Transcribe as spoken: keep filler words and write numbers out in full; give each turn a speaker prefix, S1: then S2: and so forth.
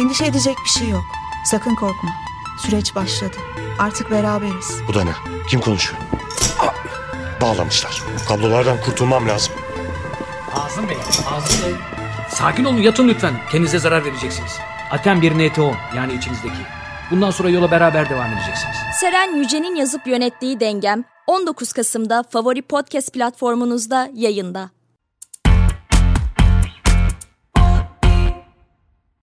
S1: Endişe edecek bir şey yok. Sakın korkma. Süreç başladı. Artık beraberiz.
S2: Bu da ne? Kim konuşuyor? Bağlamışlar. Kablolardan kurtulmam lazım.
S3: Azim Bey, Azim Bey. Sakin olun, yatın lütfen. Kendinize zarar vereceksiniz. Atem bir N T O, yani içinizdeki. Bundan sonra yola beraber devam edeceksiniz.
S4: Seren Yüce'nin yazıp yönettiği Dengem on dokuz Kasım'da favori podcast platformunuzda yayında.